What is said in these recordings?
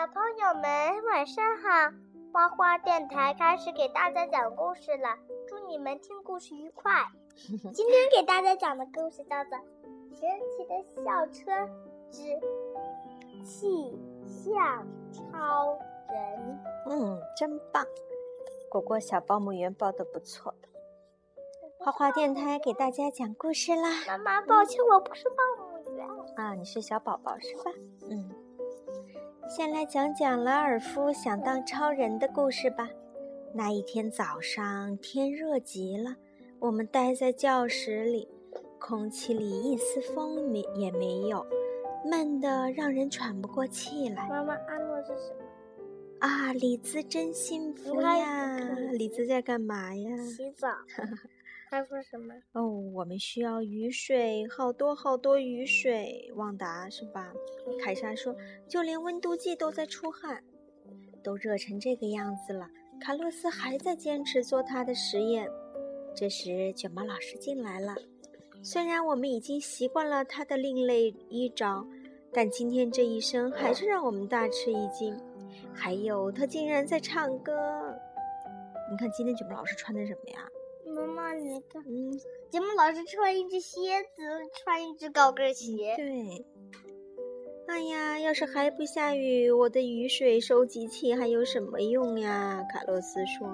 小朋友们晚上好，花花电台开始给大家讲故事了，祝你们听故事愉快。今天给大家讲的故事叫做《神奇的校车之气象超人》。 真棒！果果小保姆员报得不错的。花花电台给大家讲故事啦。 妈妈，抱歉，我不是保姆员啊，你是小宝宝是吧？先来讲讲拉尔夫想当超人的故事吧。那一天早上，天热极了，我们待在教室里，空气里一丝风也没有，闷得让人喘不过气来。 妈妈，阿诺是什么？ 啊，李子真幸福呀！李子在干嘛呀？ 洗澡。他说什么？ 我们需要雨水，好多好多雨水。旺达是吧？凯莎说，就连温度计都在出汗，都热成这个样子了。卡洛斯还在坚持做他的实验。这时，卷毛老师进来了。虽然我们已经习惯了他的另类衣着，但今天这一身还是让我们大吃一惊。还有，他竟然在唱歌。你看今天卷毛老师穿的什么呀？ 妈妈，你看，节目老师穿一只靴子，穿一只高跟鞋。 对。哎呀，要是还不下雨，我的雨水收集器还有什么用呀？卡洛斯说。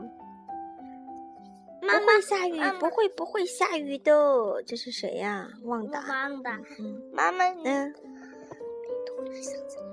妈妈， 不会下雨，不会下雨的。这是谁呀？旺达。 旺达。妈妈， 突然想起来。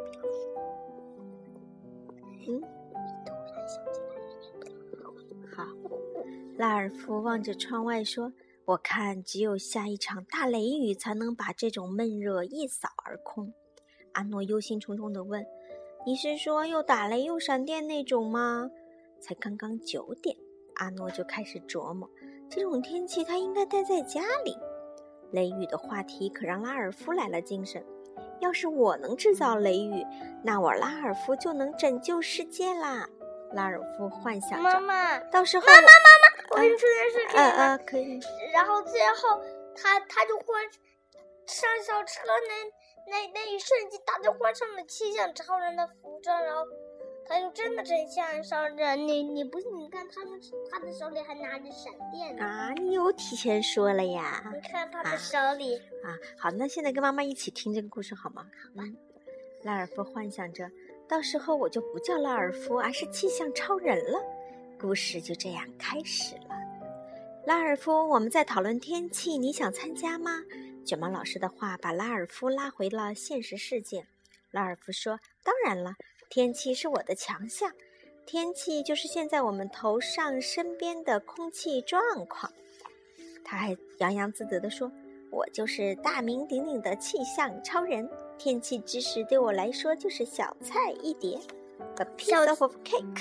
好。拉尔夫望着窗外说，我看只有下一场大雷雨才能把这种闷热一扫而空。阿诺忧心忡忡地问，你是说又打雷又闪电那种吗？才刚刚9点，阿诺就开始琢磨，这种天气他应该待在家里。雷雨的话题可让拉尔夫来了精神，要是我能制造雷雨，那我拉尔夫就能拯救世界啦。拉尔夫幻想着， 妈妈， 到时候妈妈，我跟你说件事可以吗？ 可以。 然后最后他就换上校车那一瞬间，他就换上了气象超人的服装，然后他就真的很像超人。你不信？你看他的手里还拿着闪电呢。 啊，你又提前说了呀？ 你看他的手里。 好，那现在跟妈妈一起听这个故事好吗？ 好吧。 拉尔夫幻想着，到时候我就不叫拉尔夫，而是气象超人了。故事就这样开始了。拉尔夫，我们在讨论天气，你想参加吗？卷毛老师的话把拉尔夫拉回了现实世界。拉尔夫说，当然了，天气是我的强项。天气就是现在我们头上身边的空气状况。他还洋洋自得地说，我就是大名鼎鼎的气象超人，天气知识对我来说就是小菜一碟。A piece of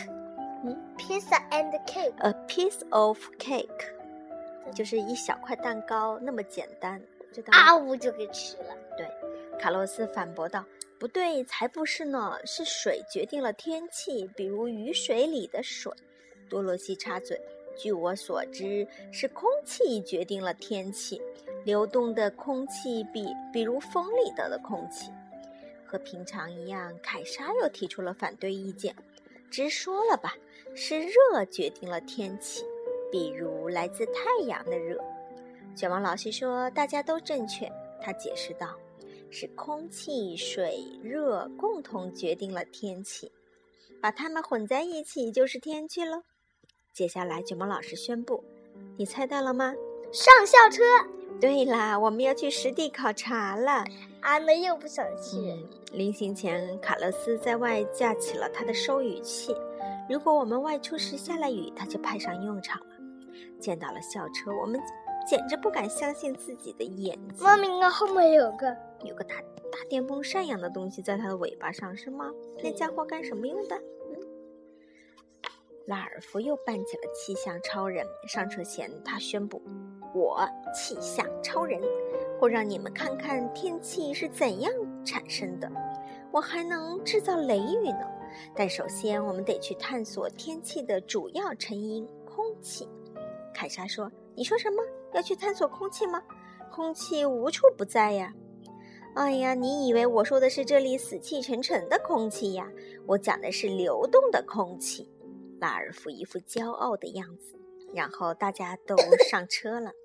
cake。Pizza and cake。 A piece of cake， 就是一小块蛋糕，那么简单，知道吗？ 我就给吃了。 对，卡洛斯反驳道，不对，才不是呢，是水决定了天气，比如雨水里的水。多罗西插嘴，据我所知，是空气决定了天气，流动的空气比如风里的空气。和平常一样，凯莎又提出了反对意见，直说了吧，是热决定了天气，比如来自太阳的热。卷毛老师说大家都正确，他解释道，是空气、水、热共同决定了天气，把它们混在一起就是天气了。接下来卷毛老师宣布，你猜到了吗？ 上校车。 对啦，我们要去实地考察了。 阿诺又不想去。 临行前，卡洛斯在外架起了他的收雨器，如果我们外出时下了雨，他就派上用场了。见到了校车，我们简直不敢相信自己的眼睛。 妈咪，后面有个大电风扇一样的东西在它的尾巴上，是吗？那家伙干什么用的？拉尔夫又扮起了气象超人。上车前，他宣布，我气象超人会让你们看看天气是怎样产生的，我还能制造雷雨呢。但首先我们得去探索天气的主要成因空气。凯莎说，你说什么？要去探索空气吗？空气无处不在呀。 哎呀，你以为我说的是这里死气沉沉的空气呀？我讲的是流动的空气。拉尔夫一副骄傲的样子，然后大家都上车了。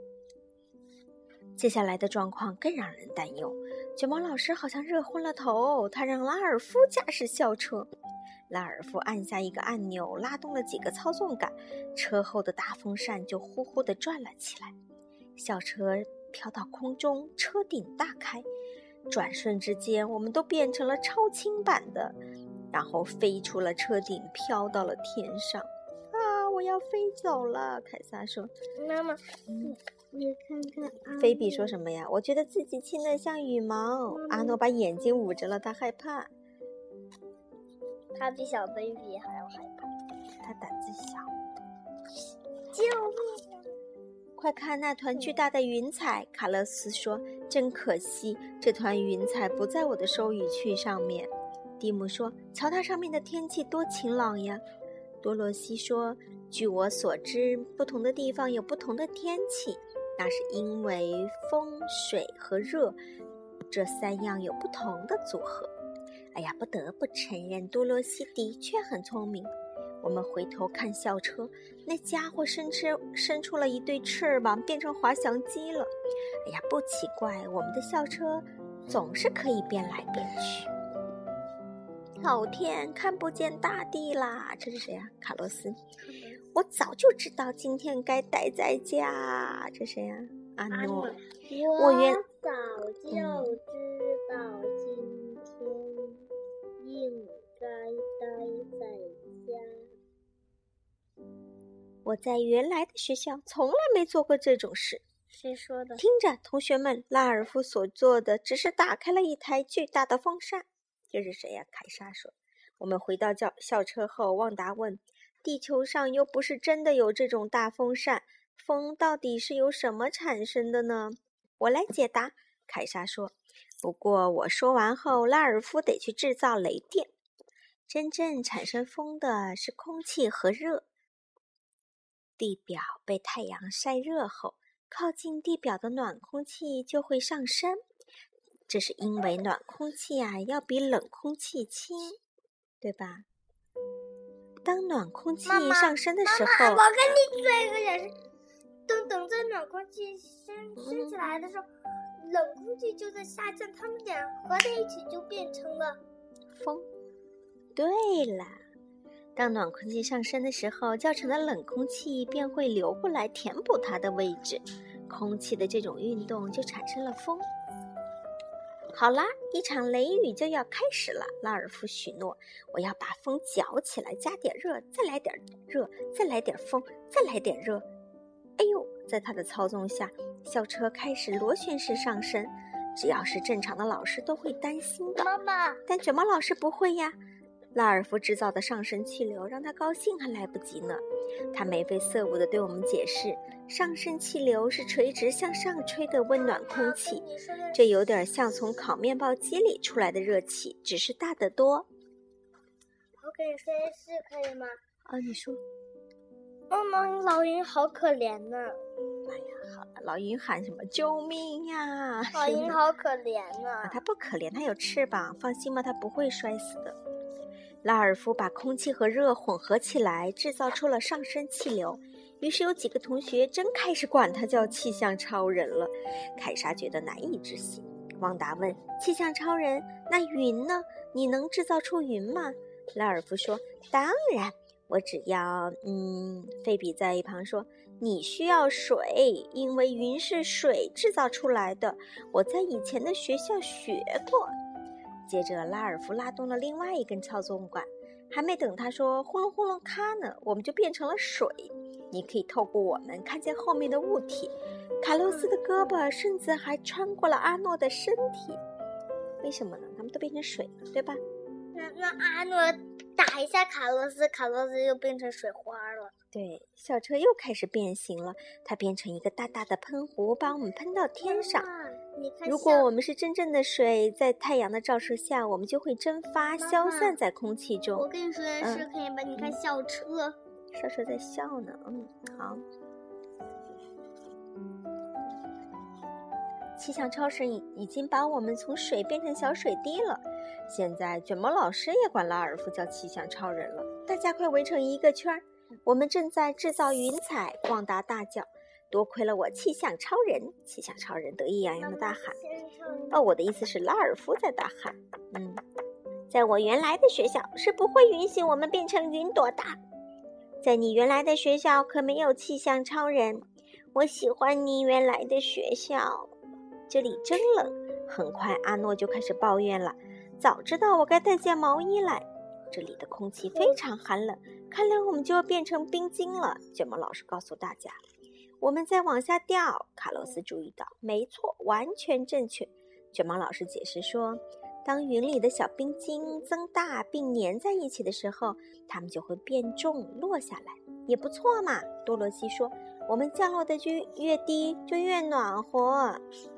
接下来的状况更让人担忧，卷毛老师好像热昏了头，他让拉尔夫驾驶校车。拉尔夫按下一个按钮，拉动了几个操纵杆，车后的大风扇就呼呼地转了起来。校车飘到空中，车顶大开，转瞬之间我们都变成了超轻版的，然后飞出了车顶，飘到了天上。啊，我要飞走了，凯撒说。 妈妈，你看看菲比说什么呀？我觉得自己轻得像羽毛。阿诺把眼睛捂着了，他害怕。 他比小 baby 还要害怕， 他胆子小。 救命啊！ 快看那团巨大的云彩，卡勒斯说，真可惜，这团云彩不在我的收语区上面。蒂姆说，瞧它上面的天气多晴朗呀。多洛西说，据我所知，不同的地方有不同的天气，那是因为风、水和热这三样有不同的组合。哎呀，不得不承认，多罗西的确很聪明。我们回头看校车，那家伙伸出了一对翅膀，变成滑翔机了。哎呀，不奇怪，我们的校车总是可以变来变去。老天，看不见大地啦！这是谁呀？卡洛斯。我早就知道今天该待在家。这谁呀？阿诺。 我早就知道今天应该待在家。 我在原来的学校从来没做过这种事。 谁说的？ 听着，同学们，拉尔夫所做的只是打开了一台巨大的风扇。这是谁呀？凯莎说。我们回到校车后，旺达问，地球上又不是真的有这种大风扇，风到底是由什么产生的呢？我来解答，凯莎说。不过我说完后，拉尔夫得去制造雷电。真正产生风的是空气和热。地表被太阳晒热后，靠近地表的暖空气就会上升，这是因为暖空气要比冷空气轻，对吧？当暖空气上升的时候， 妈妈，我跟你说一个解释。等在暖空气升起来的时候，冷空气就在下降，它们俩合在一起就变成了风。对了，当暖空气上升的时候，较沉的冷空气便会流过来填补它的位置，空气的这种运动就产生了风。好啦，一场雷雨就要开始了，拉尔夫许诺，我要把风搅起来，加点热，再来点热，再来点风，再来点热。哎呦，在他的操纵下，校车开始螺旋式上升，只要是正常的老师都会担心的。 妈妈， 但卷毛老师不会呀。拉尔夫制造的上升气流让他高兴还来不及呢。他眉飞色舞地对我们解释，上升气流是垂直向上吹的温暖空气，这有点像从烤面包机里出来的热气，只是大得多。 我跟你说件事可以吗？ 你说。 妈妈，老鹰好可怜呢。 哎呀，好了，老鹰喊什么？救命呀！ 老鹰好可怜呢。 它不可怜，它有翅膀，放心吧，它不会摔死的。拉尔夫把空气和热混合起来，制造出了上升气流。于是有几个同学真开始管他叫气象超人了。凯莎觉得难以置信。旺达问：气象超人，那云呢？你能制造出云吗？拉尔夫说：当然，我只要……菲比在一旁说：你需要水，因为云是水制造出来的。我在以前的学校学过。接着拉尔夫拉动了另外一根操纵管，还没等他说轰隆轰隆咔呢，我们就变成了水。你可以透过我们看见后面的物体，卡洛斯的胳膊甚至还穿过了阿诺的身体。为什么呢？他们都变成水了，对吧？ 那阿诺打一下卡洛斯，卡洛斯又变成水花了。 对，校车又开始变形了，它变成一个大大的喷壶，把我们喷到天上。如果我们是真正的水，在太阳的照射下，我们就会蒸发消散在空气中。 我跟你说件事可以吧？你看校车， 少少在笑呢。好。 气象超人已经把我们从水变成小水滴了。现在卷毛老师也管拉尔夫叫气象超人了。大家快围成一个圈儿，我们正在制造云彩。旺达大叫：多亏了我气象超人！气象超人得意洋洋地大喊。我的意思是拉尔夫在大喊。在我原来的学校是不会允许我们变成云朵的。在你原来的学校可没有气象超人。我喜欢你原来的学校。这里真冷。很快阿诺就开始抱怨了。早知道我该带件毛衣来。这里的空气非常寒冷，看来我们就要变成冰晶了。卷毛老师告诉大家。我们在往下掉。卡洛斯注意到。没错，完全正确。卷毛老师解释说，当云里的小冰晶增大并粘在一起的时候，它们就会变重落下来。也不错嘛，多萝西说，我们降落的就越低就越暖和。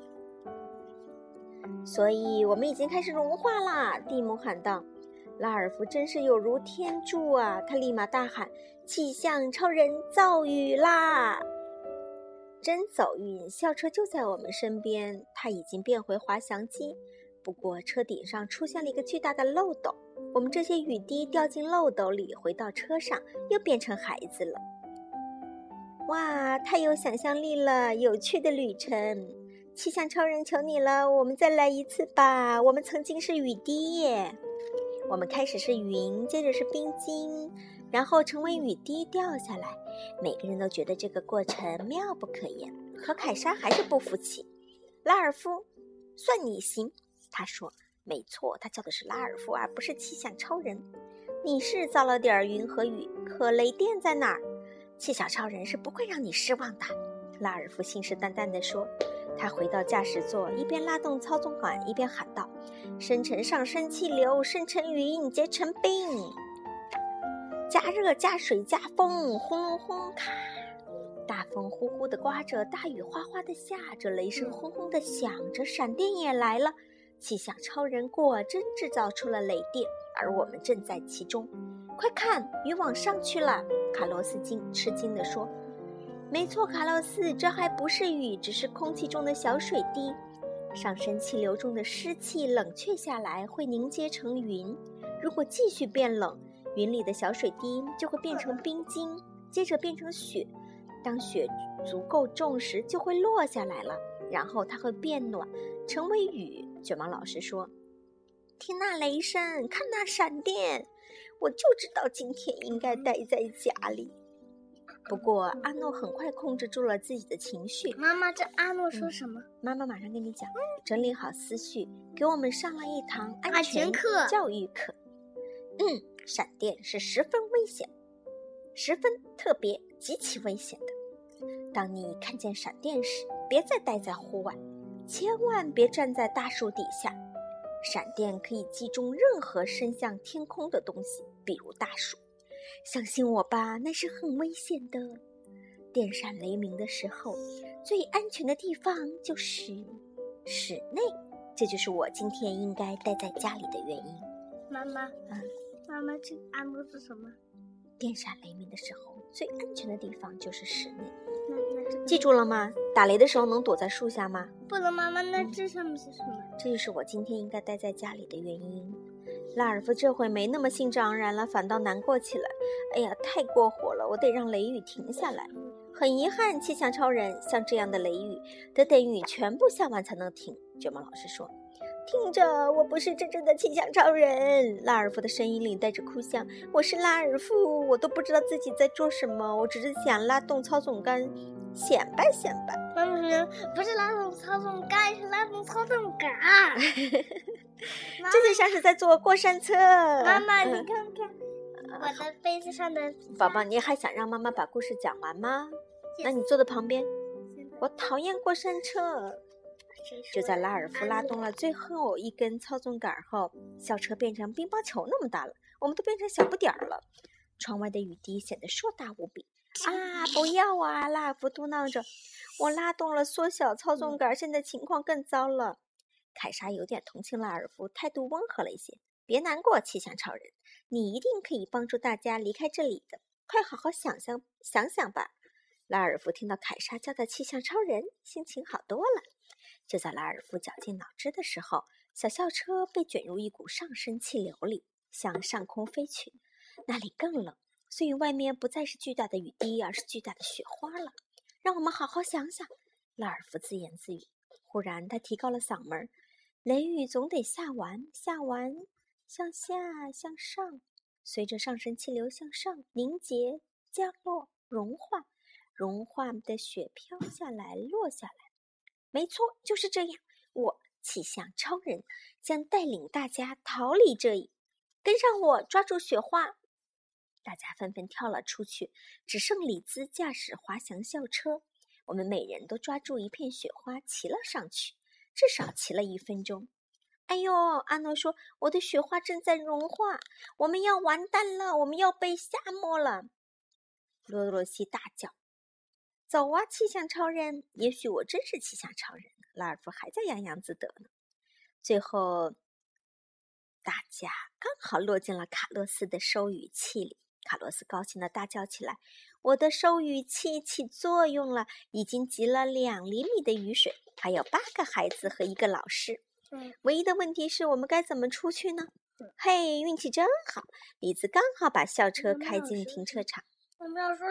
所以我们已经开始融化啦，蒂姆喊道。拉尔夫真是有如天助啊，他立马大喊，气象超人造雨啦！真走运，校车就在我们身边，它已经变回滑翔机。不过车顶上出现了一个巨大的漏斗，我们这些雨滴掉进漏斗里，回到车上，又变成孩子了。哇，太有想象力了，有趣的旅程！气象超人，求你了，我们再来一次吧！我们曾经是雨滴耶。我们开始是云，接着是冰晶，然后成为雨滴掉下来。每个人都觉得这个过程妙不可言，可凯莎还是不服气。拉尔夫，算你行，他说。没错，他叫的是拉尔夫，而不是气象超人。你是造了点云和雨，可雷电在哪儿？气象超人是不会让你失望的，拉尔夫信誓旦旦地说。他回到驾驶座，一边拉动操纵杆，一边喊道：生成上升气流，生成云，结成冰，加热加水加风，轰隆轰咔！大风呼呼地刮着，大雨哗哗地下着，雷声轰轰地响着，闪电也来了。气象超人果真制造出了雷电，而我们正在其中。快看，雨往上去了！卡洛斯吃惊地说。没错，卡洛斯，这还不是雨，只是空气中的小水滴。上升气流中的湿气冷却下来，会凝结成云。如果继续变冷，云里的小水滴就会变成冰晶，接着变成雪。当雪足够重时，就会落下来了，然后它会变暖，成为雨。卷毛老师说。听那雷声，看那闪电，我就知道今天应该待在家里。不过阿诺很快控制住了自己的情绪。 妈妈，这阿诺说什么？ 妈妈马上跟你讲。整理好思绪，给我们上了一堂安全课教育课。闪电是十分危险，十分特别，极其危险的。当你看见闪电时，别再待在户外，千万别站在大树底下。闪电可以击中任何伸向天空的东西，比如大树。相信我吧，那是很危险的。电闪雷鸣的时候，最安全的地方就是室内。这就是我今天应该待在家里的原因。 妈妈，妈妈，这阿诺是什么？ 电闪雷鸣的时候，最安全的地方就是室内。 那记住了吗？打雷的时候能躲在树下吗？ 不能，妈妈，那这上面是什么？ 这就是我今天应该待在家里的原因。拉尔夫这回没那么兴致盎然了，反倒难过起来。哎呀，太过火了，我得让雷雨停下来。很遗憾，气象超人，像这样的雷雨得等雨全部下完才能停。卷毛老师说。听着，我不是真正的气象超人。拉尔夫的声音里带着哭腔。我是拉尔夫，我都不知道自己在做什么，我只是想拉动操纵杆，显摆显摆。 不是拉动操纵杆，是拉动操纵杆。 这就像是在坐过山车。 妈妈，你看看我的杯子上的。 宝宝，你还想让妈妈把故事讲完吗？那你坐在旁边。我讨厌过山车。就在拉尔夫拉动了最后一根操纵杆后，校车变成乒乓球那么大了，我们都变成小不点儿了。窗外的雨滴显得硕大无比。啊，不要啊！拉尔夫嘟囔着。我拉动了缩小操纵杆，现在情况更糟了。凯莎有点同情拉尔夫，态度温和了一些。别难过，气象超人，你一定可以帮助大家离开这里的。快好好想想吧。拉尔夫听到凯莎叫的气象超人，心情好多了。 就在拉尔夫绞尽脑汁的时候，小校车被卷入一股上升气流里，向上空飞去。那里更冷，所以外面不再是巨大的雨滴，而是巨大的雪花了。让我们好好想想，拉尔夫自言自语。忽然他提高了嗓门，雷雨总得下完，下完向下向上，随着上升气流向上凝结降落融化，融化的雪飘下来落下来。没错，就是这样，我气象超人将带领大家逃离这里。跟上我，抓住雪花！大家纷纷跳了出去，只剩李兹驾驶滑翔校车。我们每人都抓住一片雪花骑了上去，至少骑了1分钟。哎呦，阿诺说，我的雪花正在融化，我们要完蛋了，我们要被下没了。多萝西大叫。走啊，气象超人！也许我真是气象超人。拉尔夫还在洋洋自得呢。最后，大家刚好落进了卡洛斯的收雨器里。卡洛斯高兴地大叫起来：“我的收雨器起作用了，已经集了2厘米的雨水，还有8个孩子和1个老师。唯一的问题是我们该怎么出去呢？”嘿，运气真好！李子刚好把校车开进停车场。 我们要说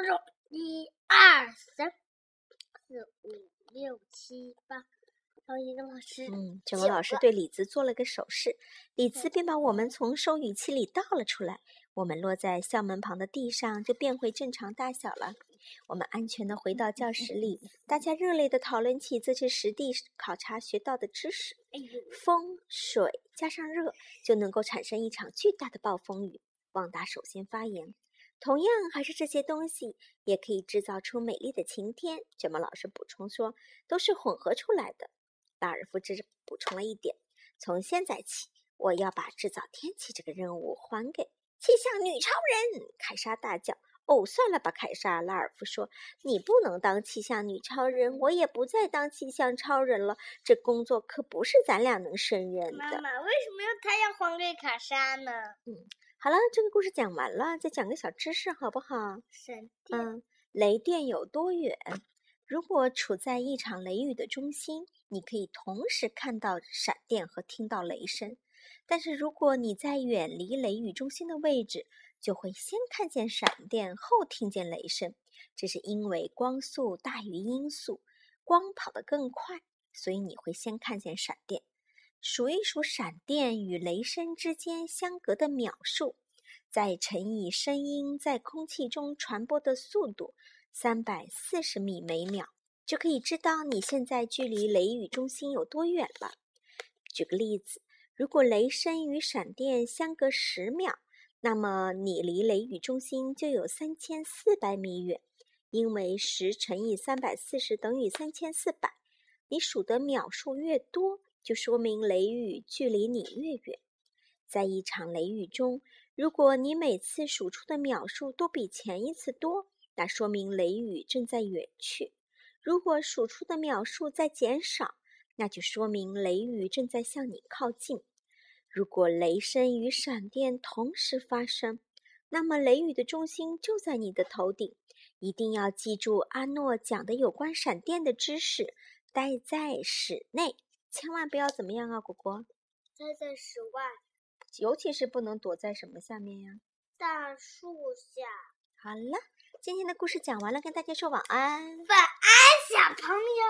1、2、3、4、5、6、7、8。然后一个老师， 卷毛老师对李子做了个手势，李子便把我们从收雨器里倒了出来。我们落在校门旁的地上，就变回正常大小了。我们安全地回到教室里，大家热烈地讨论起这次实地考察学到的知识。风、水加上热，就能够产生一场巨大的暴风雨。旺达首先发言。同样还是这些东西，也可以制造出美丽的晴天。卷毛老师补充说，都是混合出来的。拉尔夫只补充了一点，从现在起，我要把制造天气这个任务还给气象女超人。凯莎大叫。哦，算了吧，凯莎，拉尔夫说，你不能当气象女超人，我也不再当气象超人了，这工作可不是咱俩能胜任的。 妈妈，为什么他要还给卡莎呢？ 好了，这个故事讲完了，再讲个小知识好不好？ 闪电。 雷电有多远？如果处在一场雷雨的中心，你可以同时看到闪电和听到雷声。但是如果你在远离雷雨中心的位置，就会先看见闪电，后听见雷声。这是因为光速大于音速，光跑得更快，所以你会先看见闪电。数一数闪电与雷声之间相隔的秒数，再乘以声音在空气中传播的速度，340米每秒，就可以知道你现在距离雷雨中心有多远了。举个例子，如果雷声与闪电相隔10秒，那么你离雷雨中心就有3400米远，因为10乘以340等于3400。你数的秒数越多，就说明雷雨距离你越远。在一场雷雨中，如果你每次数出的秒数都比前一次多，那说明雷雨正在远去。如果数出的秒数在减少，那就说明雷雨正在向你靠近。如果雷声与闪电同时发生，那么雷雨的中心就在你的头顶。一定要记住阿诺讲的有关闪电的知识，待在室内，千万不要怎么样啊，果果？ 待在室外， 尤其是不能躲在什么下面呀？ 大树下。 好了，今天的故事讲完了，跟大家说晚安。 晚安，小朋友。